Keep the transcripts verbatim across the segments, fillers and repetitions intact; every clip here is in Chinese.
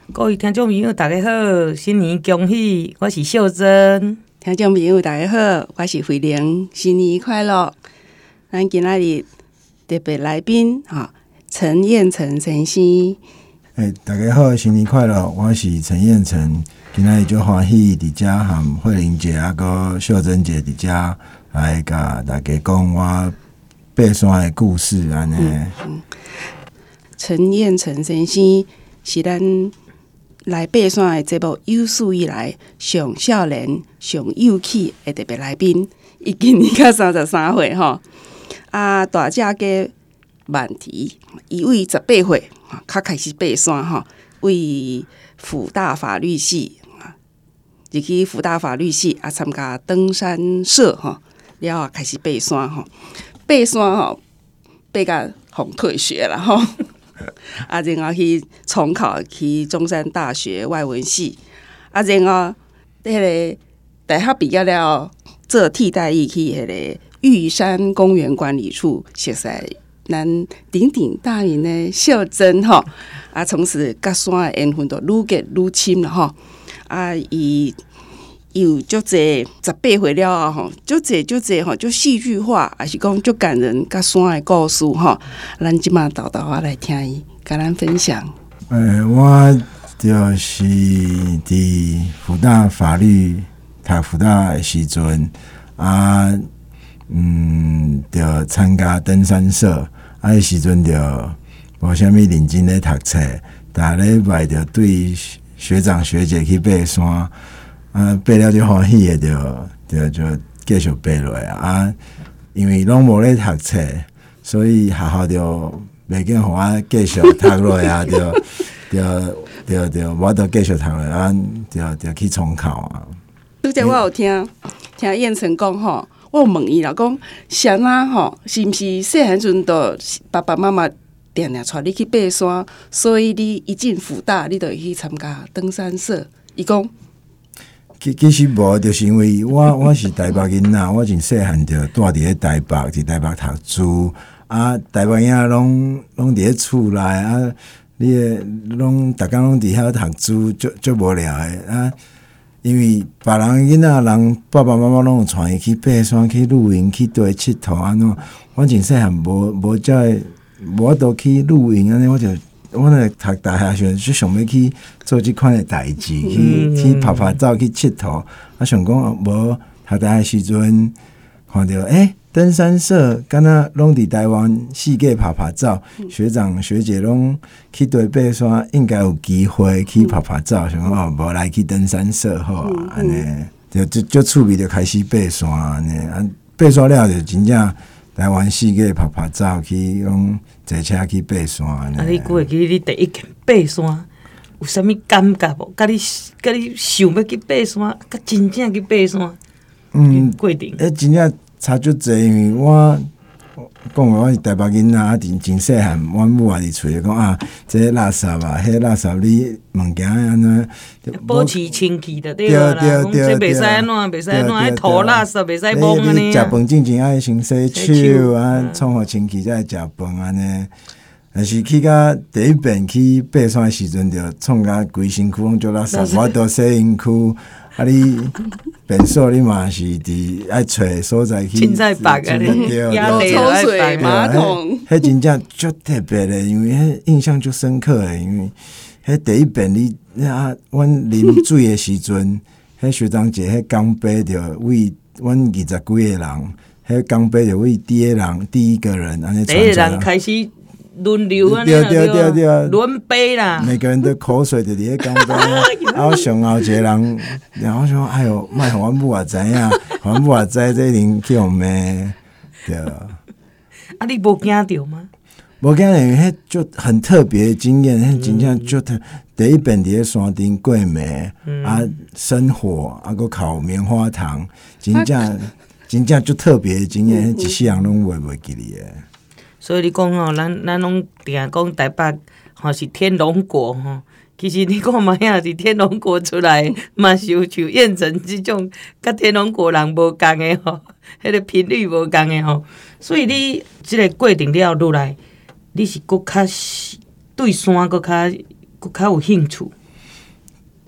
各位听众朋友，大家好，新年恭喜！我是秀珍。 听众朋友，大家好，我是慧玲，新年快乐！咱今仔日特别来宾哈，陈彦成先生。 哎，大家好，新年快乐！我是陈彦成，今仔日就欢喜伫遮和慧玲姐啊，个秀珍姐伫遮来甲大家讲我爬山的故事安尼。嗯嗯、 陈彦成先生是咱来爬山的节目有史以来上少年、上有气的特别来宾。伊今年才三十三岁吼，啊，大只个万提，伊为十八岁较开始爬山吼，为辅大法律系入去辅大法律系啊，参加登山社吼，了后开始爬山吼，爬山吼，爬甲互退学了吼。啊，然后去重考去中山大学外文系，啊，然后迄个大学毕业了，做替代役去迄个玉山公园管理处，熟悉咱鼎鼎大名的秀珍吼，啊，从此甲山的缘分就愈结愈深了吼，啊，伊有足侪十八岁了吼，足侪足侪吼，就戏剧化，还是讲足感人，甲山的故事吼，咱即马豆豆啊来听伊，甲咱分享。 诶、欸，我就是伫辅大法律读辅大的时阵啊，嗯，就参加登山社，啊，迄时阵就无啥物认真咧读册，逐礼拜就对学长学姐去爬山。啊，爬了就欢喜的，就就就继续爬落啊！啊，因为拢无咧读册，所以学校就袂见互我继续读落啊，就就就就我都继续读落啊，就就去重考啊。 拄则我有听听燕成讲吼，我有问伊啦，讲谁啊吼，是毋是细汉阵都爸爸妈妈定定带你去爬山，所以你一进辅大，你就会去参加登山社？伊讲。 其其实无，就是因为我我是台北囡仔，我真细汉就住伫咧台北，伫台北读书啊。台北囡仔拢拢伫咧厝内啊，你拢逐工拢伫遐读书，足足无聊诶啊。因为别人囡仔人爸爸妈妈拢有带伊去爬山、去露营、去佗佚佗安怎，我真细汉无无遮个，无都去露营安尼，我就。我咧读大学时阵就想要去做即款诶代志，去去拍拍照，去佚佗。啊，想讲无读大学时阵看到诶、欸，登山社敢若拢伫台湾四界拍拍照，学长学姐拢去对爬山，应该有机会去拍拍照。想讲哦，无来去登山社好啊，安尼就就就趣味就开始爬山安尼啊，爬山了就真正。台湾四界拍拍照，去用坐车去爬山。啊， 你估会记你第一件爬山有啥物感觉无？甲你甲你想要去爬山，甲真正去爬山，嗯，过程。 诶，真正差足济，因为我讲我是台北囡仔，啊，真真细汉，阮母也是揣讲啊，这垃圾啊，迄垃圾你物件安怎保持清气的对啦，讲这袂使安怎，袂使安怎，爱吐垃圾，袂使摸安尼。 食饭之前爱先洗手啊，创好清气再食饭安尼。但是去到第一遍去爬山的时阵，就创甲规身躯拢做垃圾，我都洗身躯。啊，你便所你嘛是伫爱找所在去， 凊彩白啊，你压抽水马桶， 迄真正足特别的，因为迄印象足深刻的，因为迄第一遍你啊，阮啉水的时阵，迄学长姐迄刚爬着为阮二十几个人，迄刚爬着为第一个人第一个人安尼传出来，第一个人开始。轮流啊， 对对对对， 轮背啦， 每个人的口水就伫咧江边，啊，我上后一个人，然后说，哎哟，莫互阮母也知影，互阮母也知这一定去互骂，对。 啊，你无惊着吗？ 无惊，因为迄就很特别的经验，迄真正就特第一遍伫咧山顶过暝，嗯、啊，生火，啊，佮烤棉花糖，真正真正就特别的经验，迄、嗯、一世人拢袂袂记哩诶。 所以你讲吼，咱咱拢定讲台北吼是天龙国吼，其实你看嘛呀，伫天龙国出来，嘛是有像燕城即种，甲天龙国人无共诶吼，迄个频率无共诶吼。所以你即个过程了落来，你是搁较对山搁较搁较有兴趣。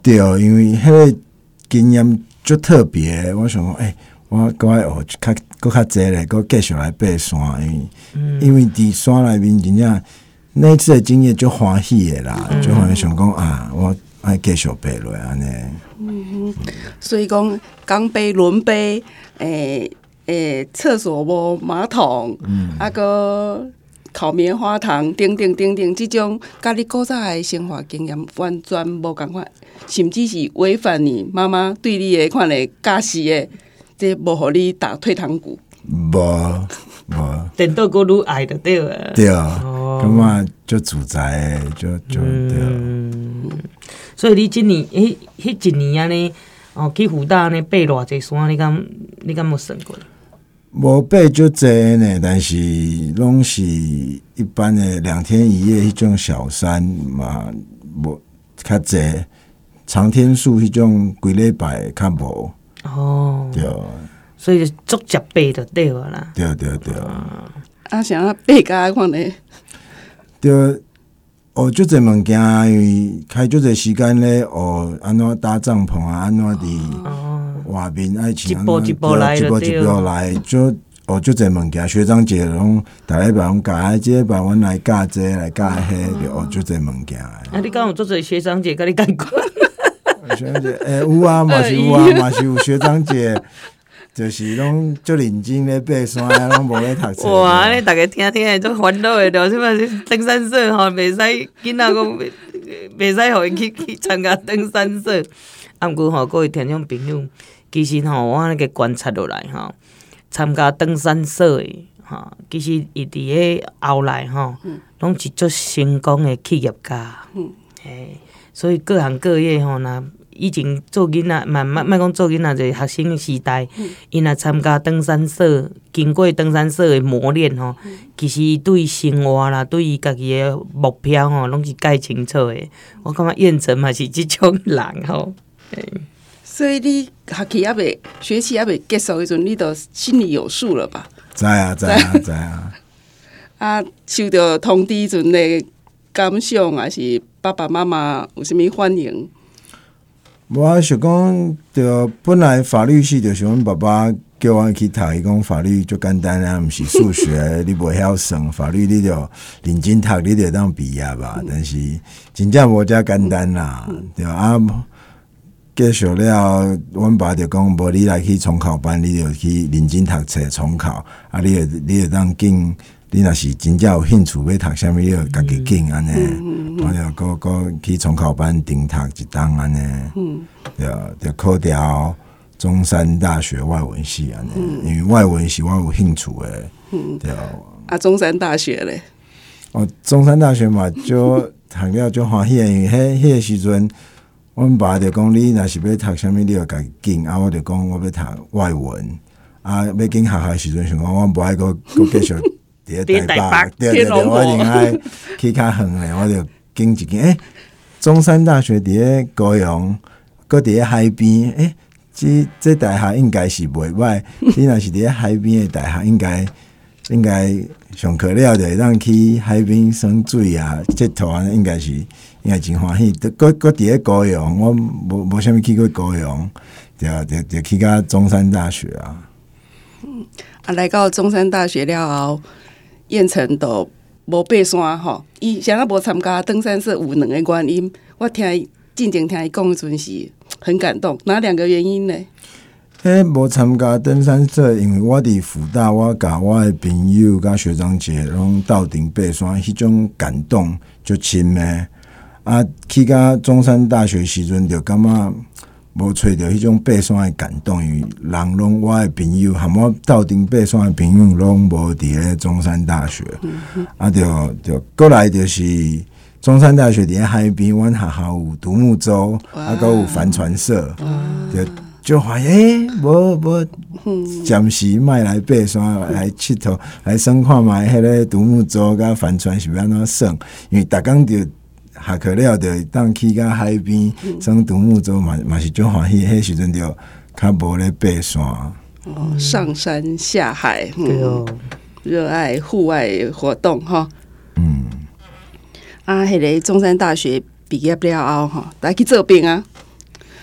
对，因为迄个经验足特别，我想讲，诶、欸，我搁爱学较搁较济咧，搁继续来爬山，因为、嗯、因为伫山内面真正那一次的经验足欢喜的啦，足欢喜想讲啊，我爱继续爬落安尼。 嗯，所以讲港杯、轮杯，诶、欸、诶，厕、欸、所无马桶，嗯，啊个烤棉花糖，等等等等，这种甲你古早的生活经验完全无共款，甚至是违反你妈妈对你的款的教示的，这无互你打退堂鼓。 无无， 等到佫愈爱就对啊。 对啊，感觉足自在的，就就对。 嗯，所以你今年迄迄一年安尼，哦，去福大安尼爬偌济山，你敢你敢有算过？ 无爬足济呢，但是拢是一般的两天一夜迄种小山嘛，无较济。长天数迄种规礼拜较无。哦，对。 所以足食爬就对了啦。 对对对。 啊，想要爬甲款呢？ 对，学足侪物件，因为开足侪时间咧学安怎搭帐篷啊，安怎伫外面爱穿， 一步一步来， 一步一步来，就学足侪物件。学长姐拢逐礼拜拢教，即礼拜阮来教这来教迄，就学足侪物件。 啊，你敢有足侪学长姐甲你教过？ 学长姐，诶、欸，有啊，嘛是有啊，嘛是有学长姐。就是拢足认真咧爬山，拢无咧读册。 哇！安尼逐个听听会足烦恼诶，着即摆登山社吼，袂使囡仔讲袂袂使互伊去去参加登山社。啊，毋过吼，各位听众朋友，其实吼，我安尼个观察落来吼，参加登山社诶，吼，其实伊伫个后来吼，拢是足成功诶企业家。嗯，嘿，所以各行各业吼，若以前做囡仔，慢慢莫讲做囡仔，就是学生时代，伊若参加登山社，经过登山社的磨练吼，其实对生活啦，对伊家己的目标吼，拢是介清楚的。我感觉燕城嘛是即种人吼。 所以你学期还未学期还未结束的时阵，你都心里有数了吧？ 知啊，知啊，知啊。 啊，收到通知阵的感想，还是爸爸妈妈有啥物反应？ 我想讲，就本来法律系就是阮爸爸叫我去读，伊讲法律就简单啊，毋是数学，你袂晓算法律，你就认真读，你就当毕业吧。但是真正无遮简单啦，对啊。结束了，阮爸就讲，无你来去重考班，你就去认真读册重考，啊，你就你就当紧。你若是真正有兴趣要读啥物，你就家己紧安尼，我就搁搁去重考班顶读一档安尼，对，就考掉中山大学外文系安尼，因为外文是我有兴趣的，对。 啊，中山大学咧？ 哦，中山大学嘛，就读了就欢喜的，因为迄迄个时阵，阮爸就讲你若是要读啥物，你就家己紧，啊，我就讲我要读外文，啊，要紧学校时阵想讲我无爱搁搁继续。伫台北，对对对，我一定爱去较远咧，我就经一间。诶、欸，中山大学伫咧高雄，搁伫咧海边。诶、欸，这这大学应该是袂歹。你若是伫咧海边的大学，应该应该上课了就会当去海边耍水啊，佚佗啊，应该是应该真欢喜。搁搁伫咧高雄，我无无啥物去过高雄，就就就去到中山大学啊。 嗯，啊，来到中山大学了后。燕城都无爬山吼，伊啥啊无参加登山社有两个原因，我听进前听伊讲的阵是很感动。哪两个原因呢？ 迄无参加登山社，因为我伫福大，我甲我的朋友甲学长姐拢斗阵爬山，迄种感动就深的。啊，去到中山大学时阵，就感觉无找到迄种爬山的感动，因为人拢我的朋友含我斗阵爬山的朋友拢无伫咧中山大学，嗯、啊，就就过来就是中山大学伫咧海边，阮学校有独木舟，啊，搁有帆船社，就就发现诶，无无，暂时莫来爬山，来佚佗，来耍看卖迄个独木舟甲帆船是要安怎耍，因为逐工就。下课了就当去到海边耍独木舟嘛，嘛是足欢喜。迄时阵就较无咧爬山。 哦，上山下海， 嗯、对哦， 热爱户外活动哈。 嗯。 啊，迄个中山大学毕业了后哈，来去做兵啊，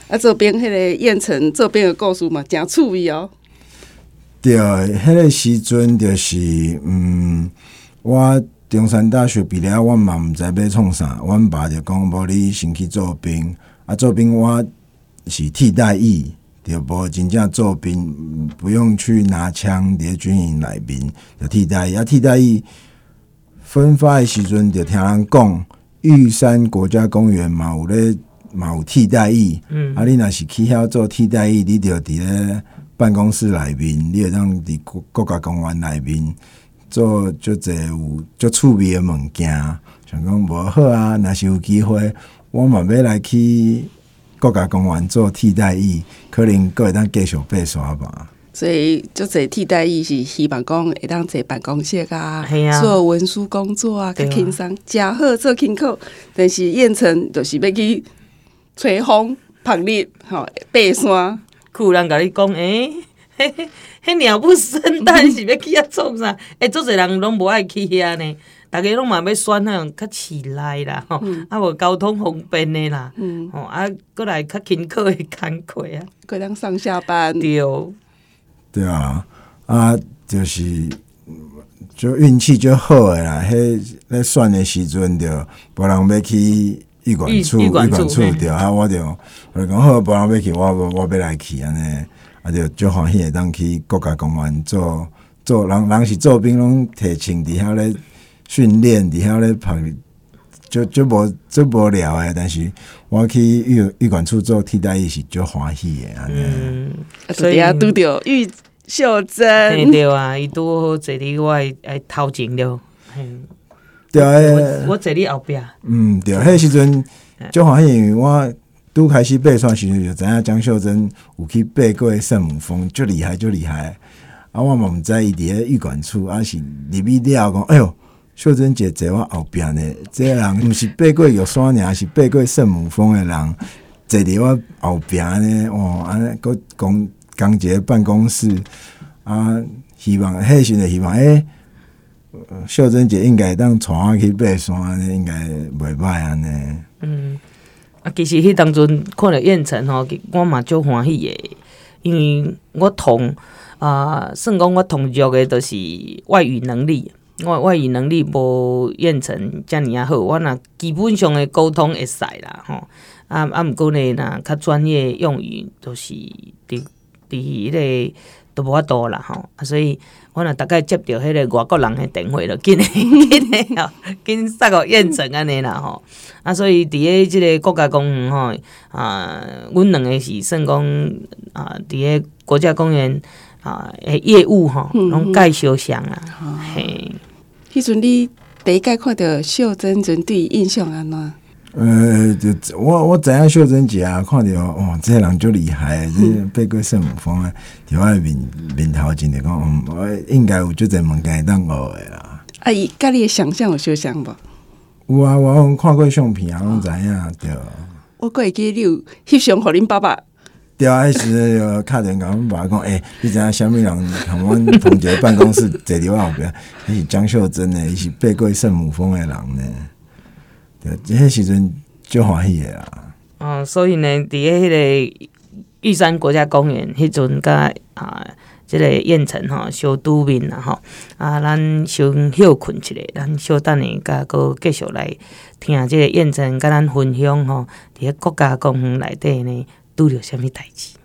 啊，这边迄个燕城这边的故事嘛，真趣味哦。 对，迄个时阵就是嗯，我中山大学毕业，我嘛毋知要创啥，阮爸就讲无你先去做兵，啊做兵我是替代役，就无真正做兵，不用去拿枪伫军营内面，就替代役。啊替代役分发的时阵，就听人讲，玉山国家公园嘛有咧嘛有替代役，嗯，啊你若是去遐做替代役，你就伫咧办公室内面，你会当伫国家公园内面做足侪有足趣味的物件。想讲无好啊，若是有机会，我嘛要来去国家公园做替代役，可能阁会当继续爬山吧。 所以足侪替代役是希望讲会当坐办公室啊， 啊做文书工作啊，较轻松，诚好做轻巧。但是燕城就是要去吹风、晒日、吼爬山。 有人甲你讲，诶、欸，迄迄鸟不生蛋是要去遐创啥？诶、欸，足侪人拢无爱去遐呢。大家拢嘛要选那种较市内啦，吼、嗯，啊无交通方便的啦，嗯，吼，啊，过来较轻巧的工课啊， 可当上下班。 对， 对啊，啊，就是就运气就好诶啦。迄咧选的时阵，就无人要去。医管处，医管处对啊，我就我就讲好，无人要去，我我我要来去安尼，啊就足欢喜会当去国家公园做做，人人是做兵拢摕枪伫遐咧训练，伫遐咧拍，就就无就无聊诶。但是我去医医管处做替代役是足欢喜诶安尼。嗯， 所以啊，拄着玉秀珍， 对啊，伊拄好坐伫我诶头前了，嗯。 对啊， 我我坐你后壁。 嗯，对，迄时阵足欢喜，因为我拄开始爬山时阵就知影江秀珍有去爬过圣母峰，足厉害，足厉害。啊，我嘛毋知伊伫咧医管处，啊是入去了讲，哎哟，秀珍姐坐我后壁呢。这个人毋是爬过玉山尔，是爬过圣母峰的人，坐伫我后壁呢。哦，安尼佫讲讲一个办公室啊，希望迄时阵希望诶。欸秀珍姐应该当带我去爬山，应该袂歹安尼。 嗯，啊，其实迄当阵看到燕城吼，我嘛足欢喜的，因为我同啊、呃，算讲我同足的都是外语能力，我外语能力无燕城遮尔啊好，我若基本上的沟通会使啦吼。啊啊，毋过呢，若较专业用语都是伫伫迄个都无法度啦吼，啊，所以。我若大概接到迄个外国人的电话了，紧诶紧诶吼，紧杀个燕城安尼啦吼。啊，所以伫咧即个国家公园吼，啊，阮两个是算讲啊，伫咧国家公园啊诶业务吼，拢介相像啊。嗯、嘿， 迄阵你第一届看到秀珍阵对印象安怎？ 呃，就我我知影秀珍姐啊，看到哦，这个人足厉害，这爬过圣母峰啊，伫我面面头前就讲，嗯，我应该有足侪物件会当学的啦。 啊，伊甲你的想象有相像无？ 有啊，我有看过相片啊，拢知影对。 我还会记你有翕相互恁爸爸。 对啊，迄时就敲电甲阮爸讲，诶、欸，你知影啥物人同阮同一个办公室坐伫我后壁？迄是江秀珍诶，伊是爬过圣母峰诶人呢。对，迄时阵足欢喜诶啦。 哦，所以呢，伫咧迄个玉山国家公园迄阵，甲啊，即、这个燕城吼相拄面啦吼，啊，咱先休困一下，咱稍等下，甲佫继续来听即个燕城甲咱分享吼，伫咧国家公园内底呢，拄着啥物代志。